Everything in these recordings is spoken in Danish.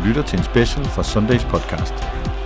lytter til en special fra Sundays podcast.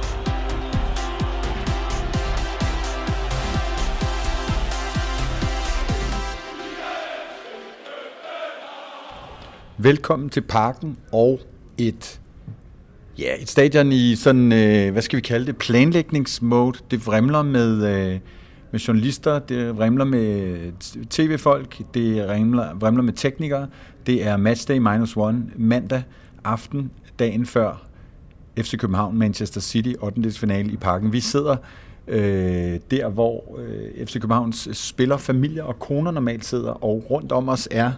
Velkommen til Parken og et stadion i sådan, hvad skal vi kalde det, planlægningsmode. Det vrimler med journalister, det vrimler med tv-folk, det vrimler med teknikere. Det er matchday -1 mandag aften, dagen før FC København Manchester City 8. finale i Parken. Vi sidder der, hvor FC Københavns spillerfamilier og koner normalt sidder, og rundt om os er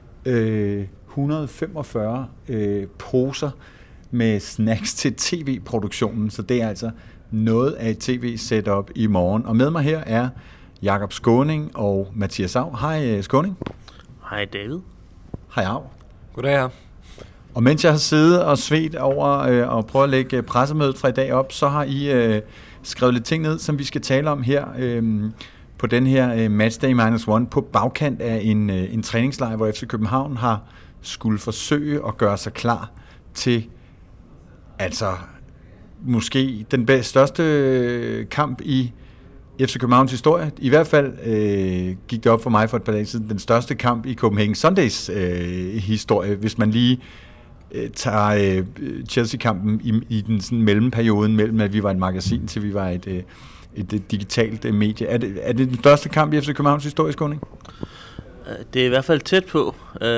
145 poser med snacks til tv-produktionen, så det er altså noget af et tv-setup i morgen. Og med mig her er Jakob Skåning og Mathias Au. Hej Skåning. Hej David. Hej Au. Goddag her. Og mens jeg har siddet og svedt over og prøvet at lægge pressemødet fra i dag op, så har I skrevet lidt ting ned, som vi skal tale om her på den her matchday -1 på bagkant af en træningslejr, hvor FC København har skulle forsøge at gøre sig klar til altså måske den største kamp i FC Københavns historie. I hvert fald gik det op for mig for et par dage siden, den største kamp i Copenhagen Sundays historie, hvis man lige tager Chelsea-kampen i den sådan mellemperioden mellem, at vi var et magasin, til vi var et digitalt medie. Er det den største kamp i FC Københavns historie, Skåning? Det er i hvert fald tæt på.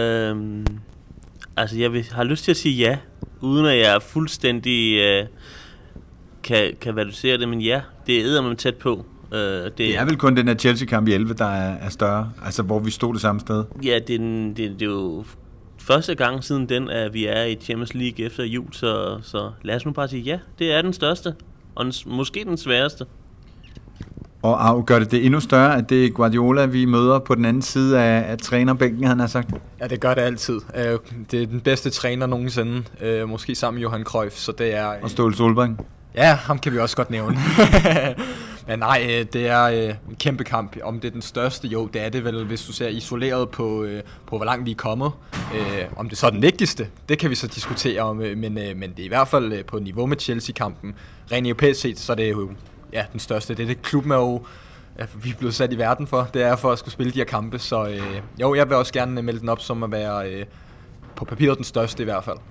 Altså, jeg har lyst til at sige ja, uden at jeg fuldstændig kan validere det, men ja, det er eddermame tæt på. Det er vel kun den her Chelsea-kamp i 11, der er større, altså hvor vi stod det samme sted? Ja, det er jo første gang siden den, at vi er i Champions League efter jul, så lad os nu bare sige ja, det er den største, og måske den sværeste. Og gør det endnu større, at det er Guardiola, vi møder på den anden side af trænerbænken, han har sagt? Ja, det gør det altid. Det er den bedste træner nogensinde, måske sammen med Johan Cruyff, så det er... Og Ståle Solbakken? Ja, ham kan vi også godt nævne. Men nej, det er en kæmpe kamp. Om det er den største, jo, det er det vel, hvis du ser isoleret på hvor langt vi er kommet. Om det så er den vigtigste, det kan vi så diskutere om, men det er i hvert fald på niveau med Chelsea-kampen. Rent europæisk set, så er det jo den største. Det er det, klubben er jo, vi er blevet sat i verden for. Det er for at skulle spille de her kampe, så jeg vil også gerne melde den op som at være på papiret den største i hvert fald.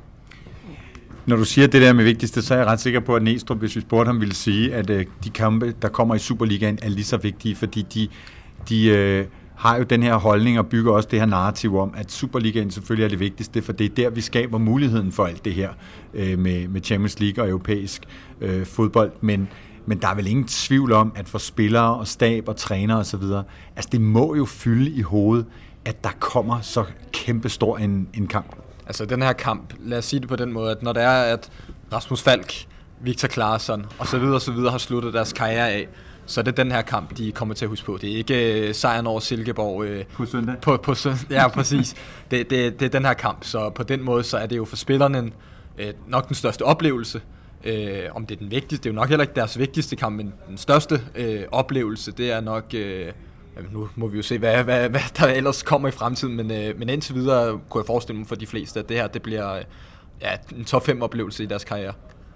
Når du siger det der med vigtigste, så er jeg ret sikker på, at Næstrup, hvis vi spurgte ham, ville sige, at de kampe, der kommer i Superligaen, er lige så vigtige, fordi de har jo den her holdning og bygger også det her narrativ om, at Superligaen selvfølgelig er det vigtigste, for det er der, vi skaber muligheden for alt det her med Champions League og europæisk fodbold, men der er vel ingen tvivl om, at for spillere og stab og trænere osv., altså det må jo fylde i hovedet, at der kommer så kæmpestor en kamp. Altså den her kamp, lad os sige det på den måde, at når det er, at Rasmus Falk, Victor Claesson og så videre har sluttet deres karriere af, så er det den her kamp, de kommer til at huske på. Det er ikke sejren over Silkeborg på søndag. På søndag. Ja, præcis. Det er den her kamp, så på den måde, så er det jo for spillerne nok den største oplevelse. Om det er den vigtigste, det er jo nok heller ikke deres vigtigste kamp, men den største oplevelse, det er nok... nu må vi jo se, hvad der ellers kommer i fremtiden, men indtil videre kunne jeg forestille mig for de fleste, at det her det bliver en top 5 oplevelse i deres karriere.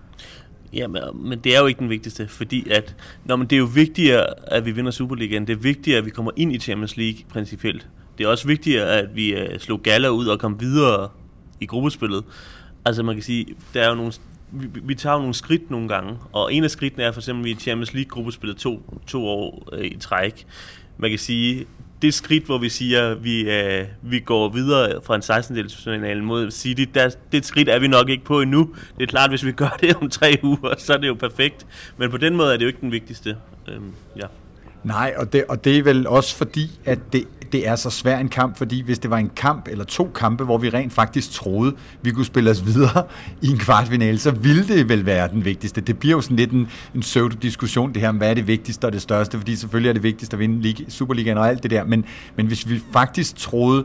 Ja, men det er jo ikke den vigtigste, fordi at det er jo vigtigere, at vi vinder Superligaen. Det er vigtigere, at vi kommer ind i Champions League principielt. Det er også vigtigere, at vi slog Gala ud og kom videre i gruppespillet. Altså man kan sige, der er jo nogle... Vi tager jo nogle skridt nogle gange, og en af skridtene er for eksempel, at vi i Champions League gruppespillet to år i træk. Man kan sige, det skridt, hvor vi siger, at vi går videre fra en 16-delsfinale mod City, det skridt er vi nok ikke på endnu. Det er klart, hvis vi gør det om 3 uger, så er det jo perfekt. Men på den måde er det jo ikke den vigtigste. Ja. Nej, og det er vel også fordi, at det er så svær en kamp, fordi hvis det var en kamp eller 2 kampe, hvor vi rent faktisk troede, vi kunne spille os videre i en kvartfinale, så ville det vel være den vigtigste. Det bliver jo sådan lidt en pseudo-diskussion, det her om, hvad er det vigtigste og det største, fordi selvfølgelig er det vigtigste at vinde Superligaen og alt det der, men hvis vi faktisk troede,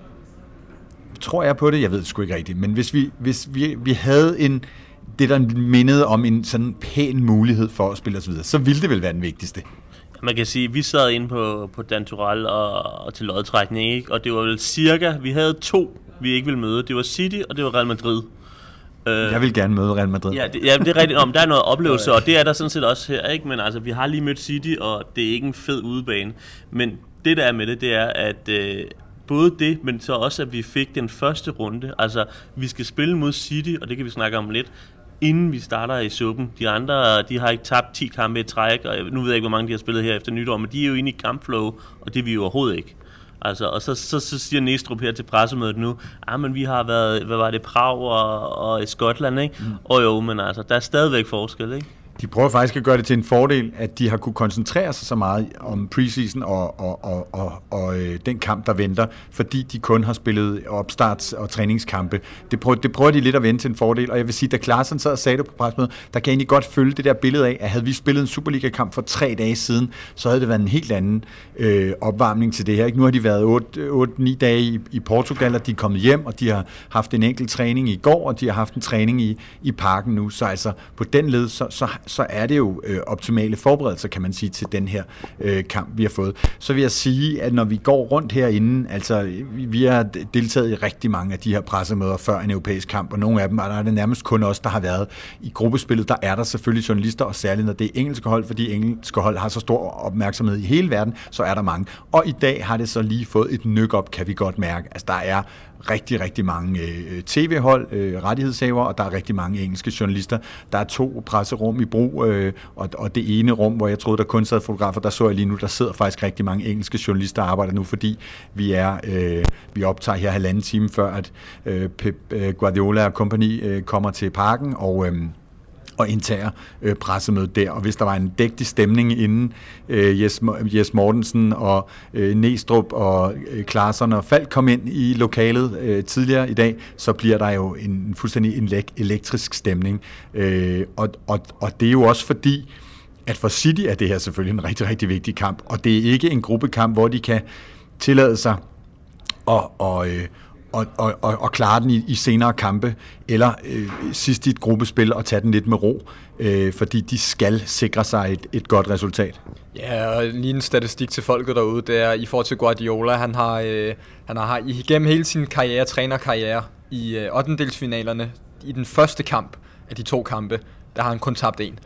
tror jeg på det, jeg ved det sgu ikke rigtigt, men hvis vi havde det der mindede om en sådan pæn mulighed for at spille os videre, så ville det vel være den vigtigste. Man kan sige, at vi sad inde på Dan Turell og til lodtrækning, ikke? Og det var vel cirka, vi havde 2, vi ikke ville møde. Det var City, og det var Real Madrid. Jeg vil gerne møde Real Madrid. Ja, det er rigtigt. Der er noget oplevelse, og det er der sådan set også her, ikke? Men altså, vi har lige mødt City, og det er ikke en fed udebane. Men det, der er med det er, at både det, men så også, at vi fik den første runde. Altså, vi skal spille mod City, og det kan vi snakke om lidt, inden vi starter i suppen. De andre, de har ikke tabt 10 kampe i træk, og nu ved jeg ikke, hvor mange de har spillet her efter nytår, men de er jo inde i kampflow, og det er vi jo overhovedet ikke. Altså, og så siger Næstrup her til pressemødet nu, men vi har været, hvad var det, Prag og i Skotland, ikke? Og jo, men altså, der er stadigvæk forskel, ikke? De prøver faktisk at gøre det til en fordel, at de har kunne koncentrere sig så meget om preseason og den kamp, der venter, fordi de kun har spillet opstarts- og træningskampe. Det prøver de lidt at vende til en fordel, og jeg vil sige, da Klaassen sad og sagde det på pressemødet, der kan jeg egentlig godt følge det der billede af, at havde vi spillet en Superliga-kamp for 3 dage siden, så havde det været en helt anden opvarmning til det her. Ikke? Nu har de været 8-9 dage i Portugal, og de er kommet hjem, og de har haft en enkelt træning i går, og de har haft en træning i parken nu, så altså på den led, så er det jo optimale forberedelser, kan man sige, til den her kamp, vi har fået. Så vil jeg sige, at når vi går rundt herinde, altså vi har deltaget i rigtig mange af de her pressemøder før en europæisk kamp, og nogle af dem er det nærmest kun os, der har været i gruppespillet. Der er der selvfølgelig journalister, og særligt når det er engelske hold, fordi engelske hold har så stor opmærksomhed i hele verden, så er der mange. Og i dag har det så lige fået et nyk op, kan vi godt mærke. Altså der er rigtig, rigtig mange tv-hold, rettighedshavere, og der er rigtig mange engelske journalister. Der er 2 presserum i brug, og det ene rum, hvor jeg troede, der kun sad fotografer, der så jeg lige nu, der sidder faktisk rigtig mange engelske journalister og arbejder nu, fordi vi optager her 1,5 time før, at Pep Guardiola og company kommer til parken, og indtager pressemødet der. Og hvis der var en dægtig stemning inden Jes Mortensen og Næstrup og Klaassen og Falk kom ind i lokalet tidligere i dag, så bliver der jo en fuldstændig elektrisk stemning. Og det er jo også fordi, at for City er det her selvfølgelig en rigtig, rigtig vigtig kamp, og det er ikke en gruppekamp, hvor de kan tillade sig og klare den i senere kampe, eller sidst i et gruppespil og tage den lidt med ro, fordi de skal sikre sig et godt resultat. Ja, og lige en statistik til folket derude, det er i forhold til Guardiola, han har igennem hele sin trænerkarriere, i 8-delsfinalerne, i den første kamp af de 2 kampe, der har han kun tabt 1.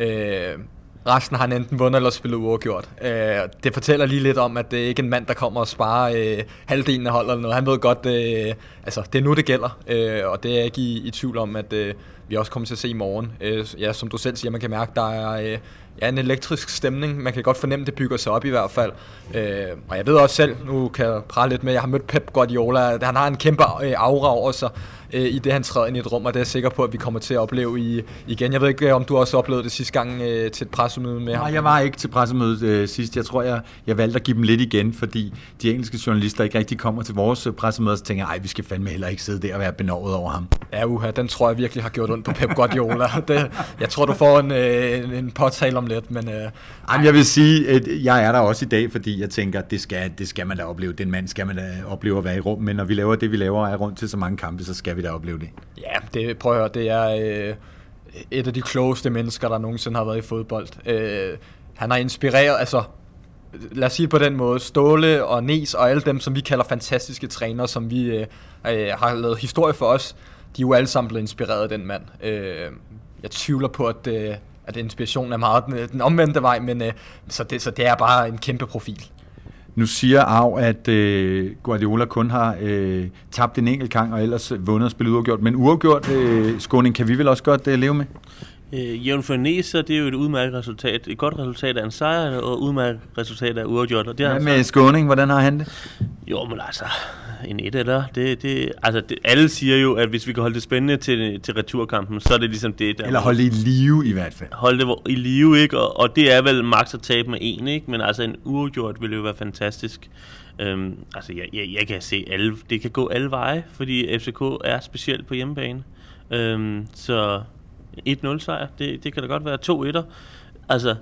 Resten har han enten vundet eller spillet uafgjort. Det fortæller lige lidt om, at det ikke er en mand, der kommer og sparer halvdelen af holdet eller noget. Han ved godt, altså det er nu, det gælder, og det er jeg ikke i tvivl om, at vi også kommer til at se i morgen. Ja, som du selv siger, man kan mærke, der er en elektrisk stemning. Man kan godt fornemme, det bygger sig op i hvert fald. Og jeg ved også selv, nu kan jeg prale lidt med, jeg har mødt Pep Guardiola. Han har en kæmpe aura over sig i det, han træder ind i et rum, og det er jeg sikker på, at vi kommer til at opleve igen. Jeg ved ikke, om du også oplevede det sidste gang til et pressemøde med ham. Nej, jeg var ikke til pressemødet sidst. Jeg tror, jeg valgte at give dem lidt igen, fordi de engelske journalister ikke rigtig kommer til vores pressemøder, så tænker jeg, vi skal fandme heller ikke sidde der og være benovet over ham. Ja, den tror jeg virkelig har gjort ondt på Pep Guardiola. Jeg tror, du får en påtale om lidt, men... Jeg vil sige, at jeg er der også i dag, fordi jeg tænker, at det skal man da opleve. Den mand skal man da opleve at være i rum, men når vi laver det, vi laver, er rundt til så mange kampe, så skal vi da opleve det. Ja, prøv at høre, det er et af de klogeste mennesker, der nogensinde har været i fodbold. Han har inspireret, altså lad os sige på den måde, Ståle og Nes og alle dem, som vi kalder fantastiske trænere, som vi har lavet historie for os, de er jo alle sammen blevet inspireret af den mand. Jeg tvivler på, at inspirationen er meget den omvendte vej, men så det er bare en kæmpe profil. Nu siger Arv, at Guardiola kun har tabt en enkelt gang, og ellers vundet og spillet uafgjort. Men uafgjort, Skåning, kan vi vel også godt leve med? Jævn for Næser, det er jo et udmærket resultat. Et godt resultat af en sejr, og udmærket resultat af uafgjort. Og det hvad med Skåning? Hvordan har han det? Jo, men altså, en etter, alle siger jo, at hvis vi kan holde det spændende til returkampen, så er det ligesom det der. Eller holde det i live i hvert fald. Holde det i live, ikke? Og det er vel maks at tabe med 1, ikke? Men altså en uafgjort ville jo være fantastisk. Altså jeg kan se det kan gå alle veje, fordi FCK er specielt på hjemmebane. Så 1-0 sejr, det kan da godt være 2 etter. Altså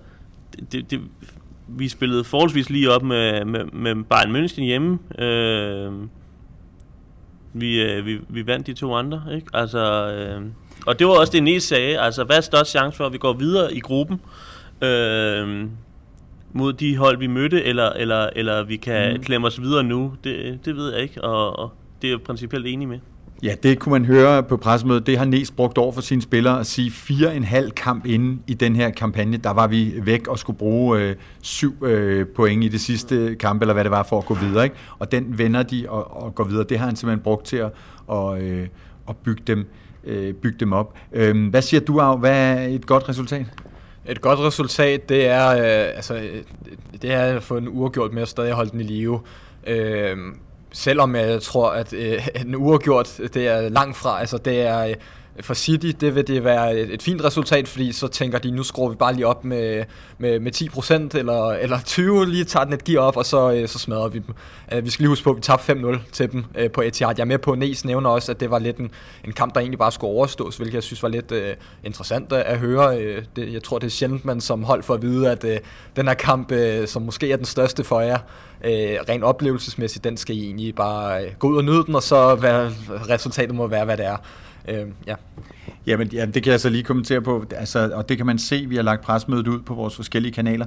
vi spillede forholdsvis lige op med Bayern München hjemme. Vi vandt de 2 andre, ikke? Altså, og det var også det, Næs sagde. Altså, hvad er størst chance for, at vi går videre i gruppen mod de hold, vi mødte, eller vi kan klemme os videre nu? Det ved jeg ikke, og det er jeg principielt enig med. Ja, det kunne man høre på pressemødet. Det har Næs brugt over for sine spillere at sige 4,5 kamp inde i den her kampagne. Der var vi væk og skulle bruge 7 point i det sidste kamp, eller hvad det var, for at gå videre. Ikke? Og den vender de og går videre. Det har han simpelthen brugt til at bygge dem op. Hvad siger du, Au? Hvad er et godt resultat? Et godt resultat, det er at få en uafgjort med at stadig holde den i live. Selvom jeg tror, at en uafgjort, det er langt fra, altså det er for City, det vil det være et fint resultat, fordi så tænker de, nu skruer vi bare lige op med 10% eller 20, lige tager den et gear op, og så smadrer vi dem. Vi skal lige huske på, at vi tabte 5-0 til dem på Etihad. Jeg er med på, Næs nævner også, at det var lidt en kamp, der egentlig bare skulle overstås, hvilket jeg synes var lidt interessant at høre. Jeg tror, det er sjældent, man som hold får at vide, at den her kamp, som måske er den største for jer, rent oplevelsesmæssigt, den skal I egentlig bare gå ud og nyde den, og så resultatet må være, hvad det er. Ja. Jamen, det kan jeg så lige kommentere på, altså, og det kan man se, vi har lagt pressemødet ud på vores forskellige kanaler.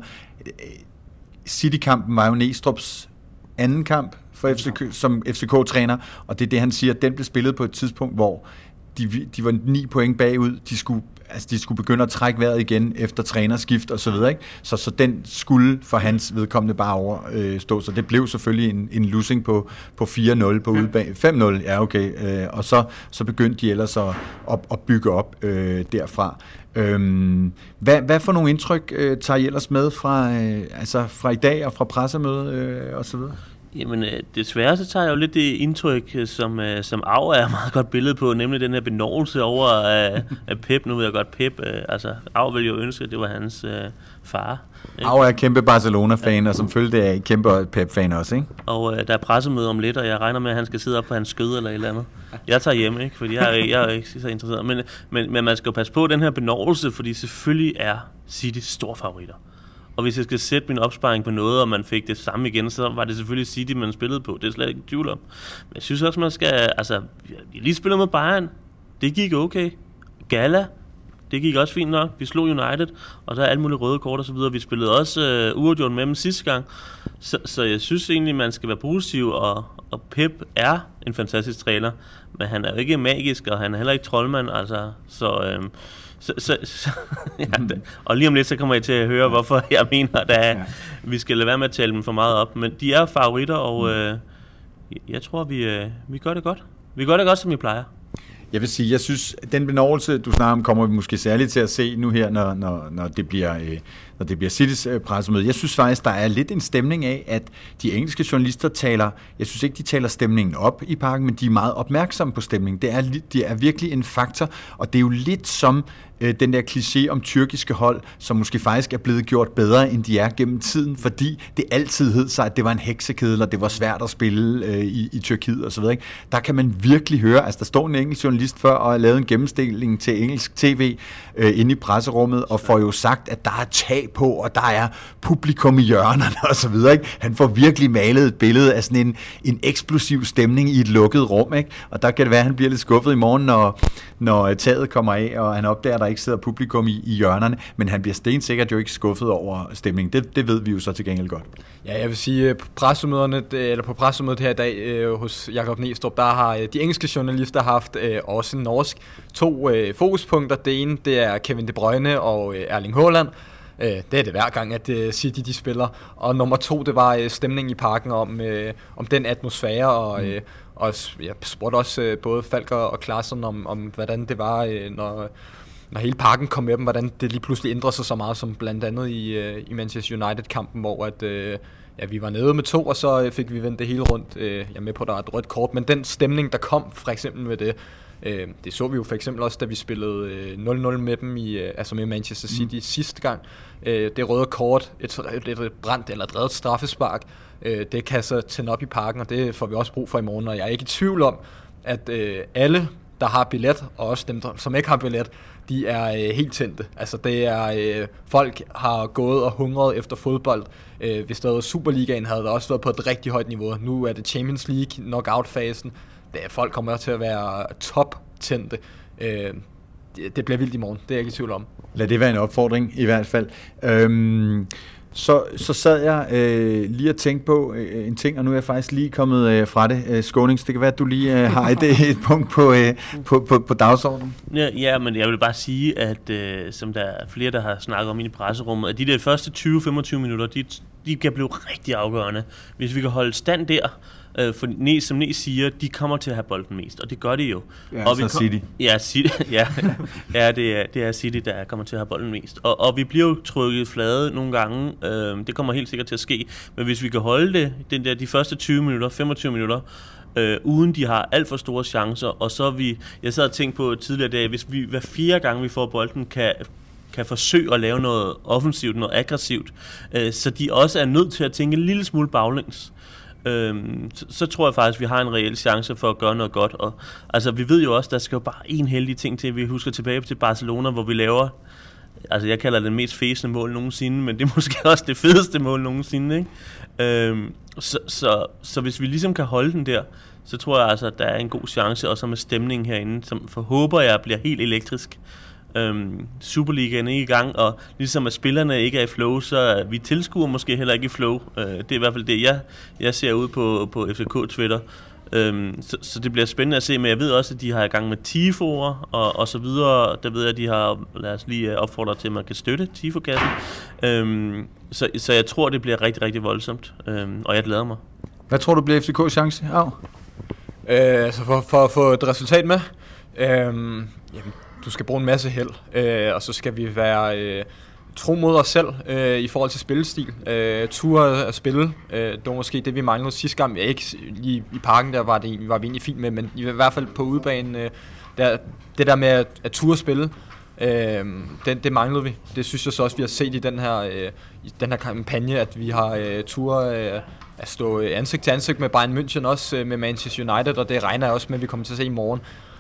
City-kampen var jo Næstrup's anden kamp for FCK, som FCK-træner, og det er det, han siger, den blev spillet på et tidspunkt, hvor de var 9 point bagud, de skulle begynde at trække vejret igen efter trænerskift og så videre, ikke? Så den skulle for hans vedkommende bare overstå, så det blev selvfølgelig en losing på 4-0 på udebane. 5-0, ja okay, og så begyndte de ellers at bygge op derfra. Hvad for nogle indtryk tager I ellers med fra i dag og fra pressemødet og så videre? Jamen, desværre så tager jeg jo lidt det indtryk, som Au er meget godt billede på, nemlig den her benovelse over af Pep. Nu ved jeg godt, Pep, Au ville jo ønske, at det var hans far. Ikke? Au er kæmpe Barcelona-fan, og som følge af kæmpe Pep-fan også, ikke? Og der er pressemøde om lidt, og jeg regner med, at han skal sidde op på hans skød eller et eller andet. Jeg tager hjem, ikke? Fordi jeg er ikke så interesseret. Men man skal jo passe på den her benovelse, fordi selvfølgelig er City store favoritter. Og hvis jeg skal sætte min opsparing på noget, og man fik det samme igen, så var det selvfølgelig City, man spillede på. Det er slet ikke i tvivl om. Men jeg synes også, man skal... vi lige spillede med Bayern. Det gik okay. Gala. Det gik også fint nok. Vi slog United, og der er alle mulige røde kort og så videre. Vi spillede også uafgjort med dem sidste gang. Så jeg synes egentlig, man skal være positiv, og Pep er en fantastisk træner. Men han er jo ikke magisk, og han er heller ikke troldmand. Ja, og lige om lidt, så kommer jeg til at høre, hvorfor jeg mener, at vi skal lade være med at tale dem for meget op. Men de er favoritter, og jeg tror, vi gør det godt. Vi gør det godt, som vi plejer. Jeg vil sige, jeg synes, den benovelse, du snakker om, kommer vi måske særligt til at se nu her, når det bliver Citys pressemøde. Jeg synes faktisk, der er lidt en stemning af, at de engelske journalister jeg synes ikke, de taler stemningen op i Parken, men de er meget opmærksomme på stemningen. Det er virkelig en faktor, og det er jo lidt som den der kliché om tyrkiske hold, som måske faktisk er blevet gjort bedre, end de er gennem tiden, fordi det altid hed sig, at det var en heksekedel, og det var svært at spille i Tyrkiet og så videre. Ikke? Der kan man virkelig høre, der står en engelsk journalist før og har lavet en gennemstilling til engelsk tv inde i presserummet, og får jo sagt, at der er tag på, og der er publikum i hjørnerne og så videre. Ikke? Han får virkelig malet et billede af sådan en eksplosiv stemning i et lukket rum, ikke? Og der kan det være, at han bliver lidt skuffet i morgen, når taget kommer af, og han opdager, at der ikke sidder publikum i hjørnerne, men han bliver stensikkert jo ikke skuffet over stemningen. Det ved vi jo så til gengæld godt. Ja, jeg vil sige, på pressemødet her i dag hos Jakob Næstrup, der har de engelske journalister haft også norsk 2 fokuspunkter. Det ene, det er Kevin De Bruyne og Erling Haaland. Det er det hver gang, at City de spiller. Og nummer 2, det var stemningen i Parken om den atmosfære, og jeg spurgte også både Falker og Klaassen om hvordan det var, når hele Parken kom med dem, hvordan det lige pludselig ændrede sig så meget, som blandt andet i Manchester United-kampen, hvor vi var nede med 2, og så fik vi vendt det hele rundt. Jeg er med på, at der er et rødt kort, men den stemning, der kom for eksempel med det, det så vi jo for eksempel også, da vi spillede 0-0 med dem med Manchester City sidste gang. Det røde kort, et brændt eller et reddet straffespark, det kan så tænde op i Parken, og det får vi også brug for i morgen. Og jeg er ikke i tvivl om, at alle, der har billet, og også dem, som ikke har billet, de er helt tændte. Altså det er, folk har gået og hungret efter fodbold. Hvis der var Superligaen, havde der også været på et rigtig højt niveau. Nu er det Champions League, knockout-fasen. Folk kommer til at være top-tændte. Det bliver vildt i morgen, det er jeg ikke i tvivl om. Lad det være en opfordring i hvert fald. Så sad jeg lige og tænkte på en ting, og nu er jeg faktisk lige kommet fra det. Skånings, det kan være, at du lige har et punkt på dagsordenen. Ja, men jeg vil bare sige, at som der er flere, der har snakket om i presserummet, at de der første 20-25 minutter, de kan blive rigtig afgørende. Hvis vi kan holde stand der, for som Næs siger, de kommer til at have bolden mest, og det gør de jo. Ja, og City. Ja, City. Ja, det er City, der kommer til at have bolden mest. Og vi bliver jo trykket flade nogle gange. Det kommer helt sikkert til at ske. Men hvis vi kan holde det, de første 20 minutter, 25 minutter, uden de har alt for store chancer, og så jeg sad og tænkte på tidligere dag, hvis vi hver 4 gange vi får bolden, kan forsøge at lave noget offensivt, noget aggressivt, så de også er nødt til at tænke en lille smule baglæns. Så tror jeg faktisk, at vi har en reel chance for at gøre noget godt. Og, altså, vi ved jo også, der skal jo bare en heldig ting til. Vi husker tilbage til Barcelona, hvor vi laver, altså jeg kalder det mest fæsende mål nogensinde, men det er måske også det fedeste mål nogensinde, ikke? Så hvis vi ligesom kan holde den der, så tror jeg altså, at der er en god chance, også med stemningen herinde, som forhåber jeg bliver helt elektrisk. Superligaen er ikke i gang, og ligesom at spillerne ikke er i flow, så vi tilskuer måske heller ikke i flow. Det er i hvert fald det, jeg ser ud på FCK Twitter. Så det bliver spændende at se, men jeg ved også, at de har i gang med tifoer og så videre. Der ved jeg, at de har, lad os lige opfordre til, at man kan støtte tifokassen. Så jeg tror, det bliver rigtig, rigtig voldsomt, og jeg glæder mig. Hvad tror du bliver FCK's chance? Altså for at få et resultat med? Jamen, du skal bruge en masse held, og så skal vi være tro mod os selv i forhold til spillestil. Ture at spille, det var måske det, vi manglede sidste gang. Ja, ikke i parken, der var vi egentlig fint med, men i hvert fald på udebanen, det der med at ture spille, det manglede vi. Det synes jeg så også, vi har set i den her kampagne, at vi har ture at stå ansigt til ansigt med Bayern München, også med Manchester United, og det regner jeg også med, at vi kommer til at se i morgen.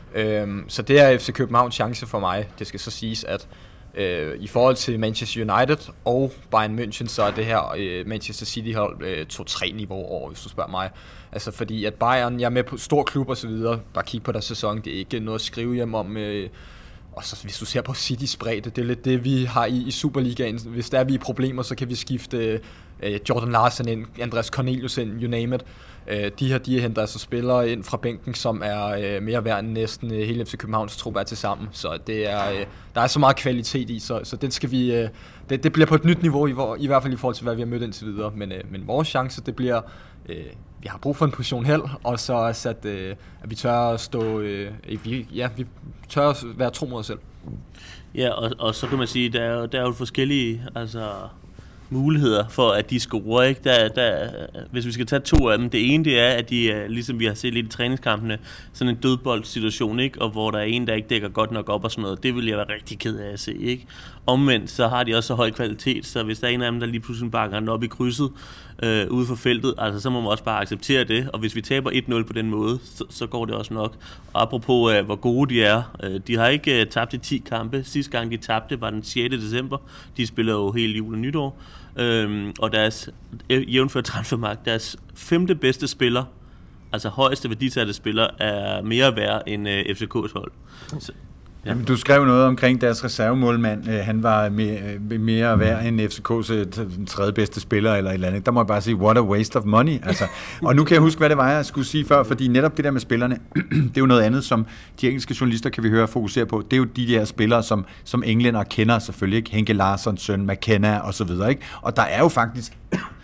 Så det er FC Københavns chance for mig. Det skal så siges, at i forhold til Manchester United og Bayern München, så er det her Manchester City-hold 2-3 niveau over, hvis du spørger mig. Altså fordi at Bayern, jeg er med på stor klub og så videre, bare kig på deres sæson, det er ikke noget at skrive hjem om. Og så hvis du ser på Citys bredde, det er lidt det, vi har i Superligaen. Hvis der er vi i problemer, så kan vi skifte Jordan Larsen ind, Andreas Cornelius ind, you name it. De henter altså spillere ind fra bænken, som er mere værd end næsten hele FC Københavns trup er til sammen. Så det er, der er så meget kvalitet i, så den skal vi, det bliver på et nyt niveau, i hvert fald i forhold til, hvad vi har mødt indtil videre. Men vores chance, det bliver, vi har brug for en portion held, og så at vi tør at stå, vi tør at være tro mod os selv. Ja, og så kan man sige, der er jo forskellige, altså muligheder for, at de scorer, ikke? Hvis vi skal tage 2 af dem. Det ene, det er, at de, ligesom vi har set lidt i træningskampene, sådan en dødboldsituation, ikke? Og hvor der er en, der ikke dækker godt nok op og sådan noget. Det vil jeg være rigtig ked af at se, ikke? Omvendt, så har de også så høj kvalitet, så hvis der er en af dem, der lige pludselig bakker den op i krydset ude for feltet, altså så må man også bare acceptere det. Og hvis vi taber 1-0 på den måde, så går det også nok. Og apropos, hvor gode de er, de har ikke tabt i 10 kampe. Sidste gang de tabte var den 6. december. De spiller jo hele jul og nytår. Og deres jævnført transfermarkt, deres 5. bedste spiller, altså højeste værdisatte spiller, er mere værd end FCK's hold. Så, ja. Jamen, du skrev noget omkring deres reservemålmand. Han var mere værd end FCK's 3. bedste spiller eller et eller andet. Der må jeg bare sige, what a waste of money. Altså. Og nu kan jeg huske, hvad det var, jeg skulle sige før, fordi netop det der med spillerne, det er jo noget andet, som de engelske journalister, kan vi høre, fokusere på. Det er jo de der spillere, som englænder kender selvfølgelig, ikke? Henke Larsson, Søn, McKenna og så videre, ikke? Og der er jo faktisk,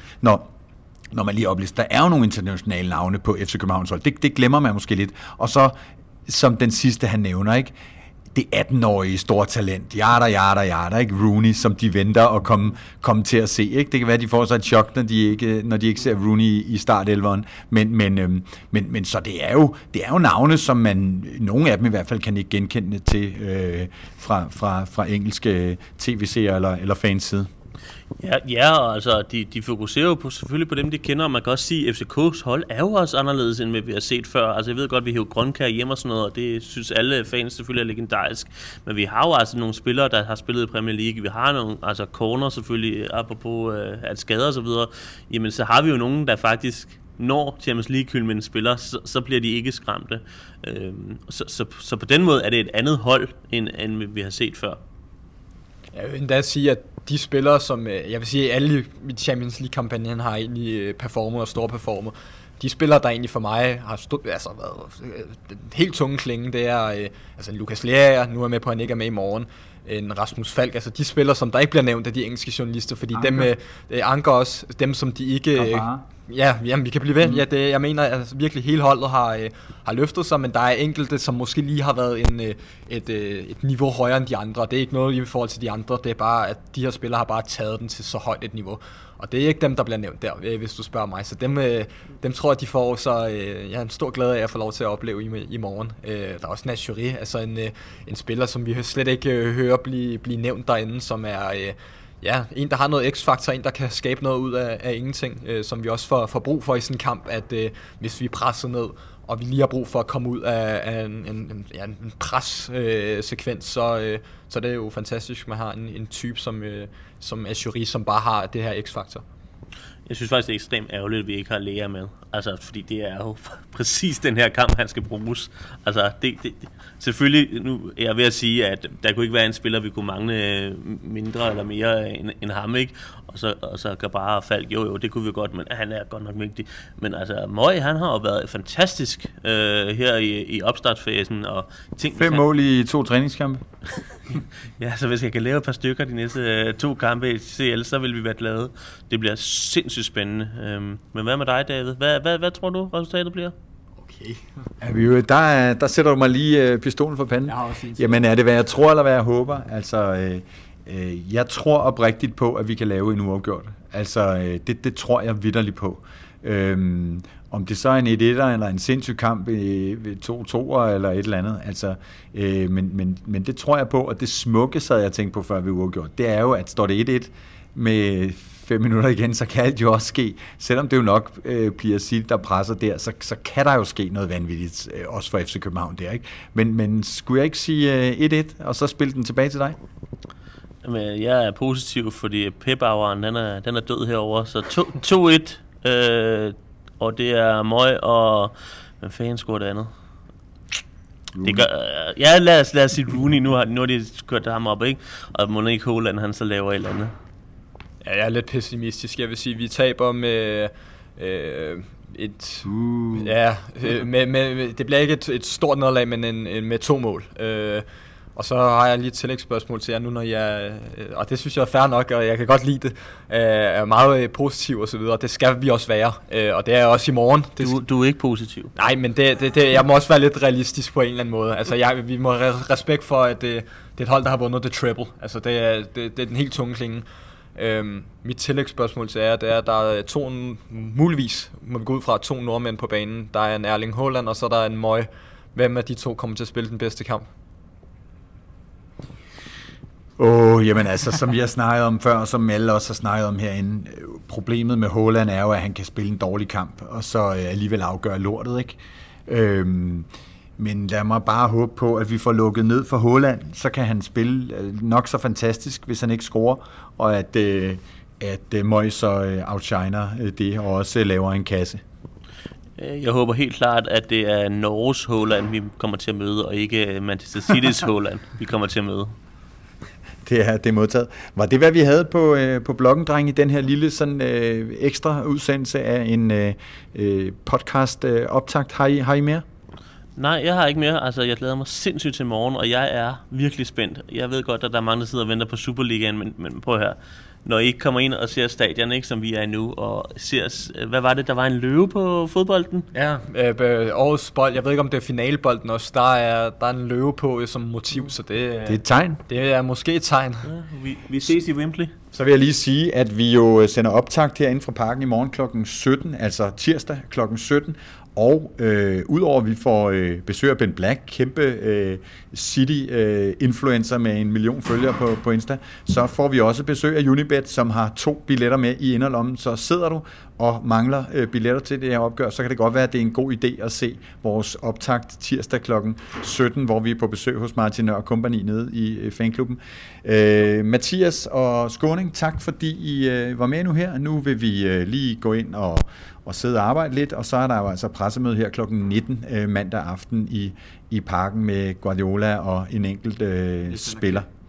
når man lige oplister, der er jo nogle internationale navne på FC Københavns hold. Det glemmer man måske lidt. Og så, som den sidste, han nævner, ikke? Det 18-årige store talent, yada, ikke? Rooney, som de venter at komme til at se, ikke? Det kan være, at de får sig et chok, når de ikke ser Rooney i startelveren, men så det er jo navne, som man, nogle af dem i hvert fald, kan ikke genkende til fra engelske tv-serier eller fans side. Ja, altså de fokuserer jo selvfølgelig på dem, de kender, og man kan også sige, at FCK's hold er jo også anderledes, end vi har set før. Altså jeg ved godt, vi har jo Grønkær hjemme og sådan noget, og det synes alle fans selvfølgelig er legendarisk. Men vi har jo altså nogle spillere, der har spillet i Premier League. Vi har nogle, altså corner selvfølgelig, apropos at skader og så videre. Jamen så har vi jo nogen, der faktisk, når Champions League-hylden spiller, så bliver de ikke skræmte. Så på den måde er det et andet hold, end vi har set før. Jeg vil endda sige, at de spillere, som jeg vil sige, alle i Champions League-kampagnen har egentlig performet og storperformet. De spillere, der egentlig for mig har været helt tunge klinge, det er Lucas Lea, nu er med på, at han ikke er med i morgen, en Rasmus Falk, altså de spillere, som der ikke bliver nævnt af de engelske journalister, fordi Anker. Anker også, dem som de ikke... Jamen, vi kan blive ved. Ja, jeg mener, at virkelig hele holdet har løftet sig, men der er enkelte, som måske lige har været et niveau højere end de andre. Det er ikke noget i forhold til de andre, det er bare, at de her spillere har bare taget den til så højt et niveau. Og det er ikke dem, der bliver nævnt der, hvis du spørger mig. Så dem tror jeg, de får, så jeg er en stor glæde af at få lov til at opleve i morgen. Der er også Nash Jury, altså en spiller, som vi slet ikke hører blive nævnt derinde, som er... en, der har noget x-faktor, en, der kan skabe noget ud af ingenting, som vi også får brug for i sådan en kamp, at hvis vi presser ned, og vi lige har brug for at komme ud af en pres-sekvens, så er det jo fantastisk, man har en type som Ashuri, som bare har det her x-faktor. Jeg synes faktisk, det er ekstremt ærgerligt, at vi ikke har Lea med. Altså, fordi det er jo præcis den her kamp, han skal bruges. Altså, selvfølgelig, nu er jeg ved at sige, at der kunne ikke være en spiller, vi kunne mangle mindre eller mere end ham, ikke? Og så kan bare Falk, jo, det kunne vi godt, men han er godt nok vigtig. Men altså, Møj, han har jo været fantastisk her i opstartsfasen. Og 5 mål i 2 træningskampe. Ja, så hvis jeg kan lave et par stykker de næste 2 kampe i CL, så vil vi være glade. Det bliver sindssygt spændende. Men hvad med dig, David? Hvad tror du, resultatet bliver? Okay. Der sætter du mig lige pistolen for panden. Jamen, er det, hvad jeg tror, eller hvad jeg håber? Altså, jeg tror oprigtigt på, at vi kan lave en uafgjort. Altså, det tror jeg vitterligt på. Om det så er en 1-1'er eller en sindssyg kamp ved 2-2'er eller et eller andet. Altså, men det tror jeg på, og det smukke, sad jeg tænkte på, før vi uafgjort, det er jo, at står det 1-1 med 5 minutter igen, så kan alt jo også ske. Selvom det jo nok bliver City, der presser der, så kan der jo ske noget vanvittigt, også for FC København der, ikke? Men skulle jeg ikke sige 1-1, og så spille den tilbage til dig? Jamen, jeg er positiv, fordi Pep-hour'en, den er død herovre, så 2-1, og det er Møj, og hvem fanden scorer det andet? Det gør, ja, lad os sige Rooney, nu har de kørt ham op, ikke? Og Monique Holland, han så laver et eller andet. Ja, jeg er lidt pessimistisk. Jeg vil sige, at vi taber med det bliver ikke et stort nederlag, men med 2 mål. Og så har jeg lige et tillægsspørgsmål til jer nu, når jeg, og det synes jeg er fair nok, og jeg kan godt lide det, er meget positiv og så videre, det skal vi også være, og det er også i morgen. Du er ikke positiv? Nej, men jeg må også være lidt realistisk på en eller anden måde. Altså, vi må have respekt for, at det er et hold, der har vundet det triple. Altså, det er den helt tunge klinge. Mit tillægsspørgsmål til jer, det er, at der er muligvis, må vi gå ud fra, 2 nordmænd på banen. Der er en Erling Haaland, og så er der en Møj. Hvem af de 2 kommer til at spille den bedste kamp? Jamen altså, som vi har snakket om før, og som alle også har snakket om herinde, problemet med Haaland er jo, at han kan spille en dårlig kamp, og så alligevel afgøre lortet, ikke? Men lad mig bare håbe på, at vi får lukket ned for Haaland, så kan han spille nok så fantastisk, hvis han ikke scorer, og at Møj så outshiner det, og også laver en kasse. Jeg håber helt klart, at det er Norges Haaland, vi kommer til at møde, og ikke Manchester City's Haaland, vi kommer til at møde. Det er modtaget. Var det, hvad vi havde på bloggen, dreng, i den her lille sådan ekstra udsendelse af en podcast optakt? Har I mere? Nej, jeg har ikke mere. Altså, jeg glæder mig sindssygt til morgen, og jeg er virkelig spændt. Jeg ved godt, at der er mange, der sidder og venter på Superligaen, men prøv her. Når I ikke kommer ind og ser stadion, ikke, som vi er nu, og ser, hvad var det, der var en løve på fodbolden? Ja, årets bold, jeg ved ikke, om det er finalebolden også, der er en løve på som motiv, så det er et tegn. Det er måske et tegn. Ja, vi ses i Wembley. Så vil jeg lige sige, at vi jo sender optakt herinde fra parken i morgen kl. 17, altså tirsdag kl. 17, og udover at vi får besøg af Ben Black, kæmpe City-influencer med 1 million følgere på Insta, så får vi også besøg af Unibet, som har 2 billetter med i inderlommen. Så sidder du og mangler billetter til det her opgør, så kan det godt være, at det er en god idé at se vores optakt tirsdag kl. 17, hvor vi er på besøg hos Martin Nør Kompagni nede i fanklubben. Mathias og Skåning, tak fordi I var med nu her. Nu vil vi lige gå ind og sidde og arbejde lidt, og så er der jo altså pressemøde her kl. 19 mandag aften i parken med Guardiola og en enkelt spiller.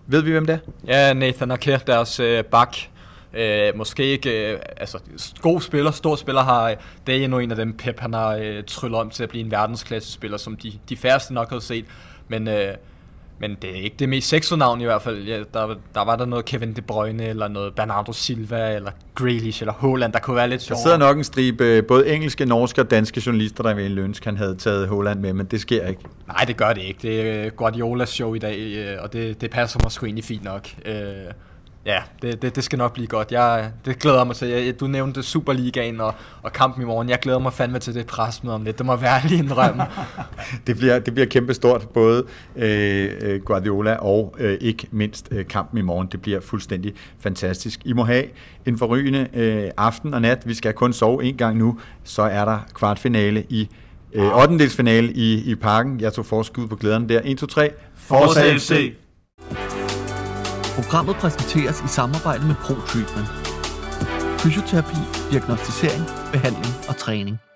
Ved vi, hvem det er? Ja, Nathan Ake, deres bak. Måske ikke, god spiller, stor spiller, det er endnu en af dem, Pep han har tryllet om til at blive en verdensklassespiller, som de færreste nok havde set, men det er ikke det mest sexede navn i hvert fald. Ja, der var der noget Kevin De Bruyne, eller noget Bernardo Silva, eller Grealish, eller Haaland, der kunne være lidt sjovere. Der sidder nok en stribe både engelske, norske og danske journalister, der ville ønske, han havde taget Haaland med, men det sker ikke. Nej, det gør det ikke. Det er Guardiolas show i dag, og det passer mig sgu egentlig fint nok. Ja, det skal nok blive godt. Det glæder mig til. Du nævnte Superligaen og kampen i morgen. Jeg glæder mig fandme til det presmøde om lidt. Det må være lige en drøm. Det bliver kæmpestort, både Guardiola og ikke mindst kampen i morgen. Det bliver fuldstændig fantastisk. I må have en forrygende aften og nat. Vi skal kun sove en gang nu. Så er der kvartfinale i 8-delsfinale i Parken. Jeg tog forskud på glæderne der. 1, 2, 3. Forza FC! Programmet præsenteres i samarbejde med ProTreatment. Fysioterapi, diagnosticering, behandling og træning.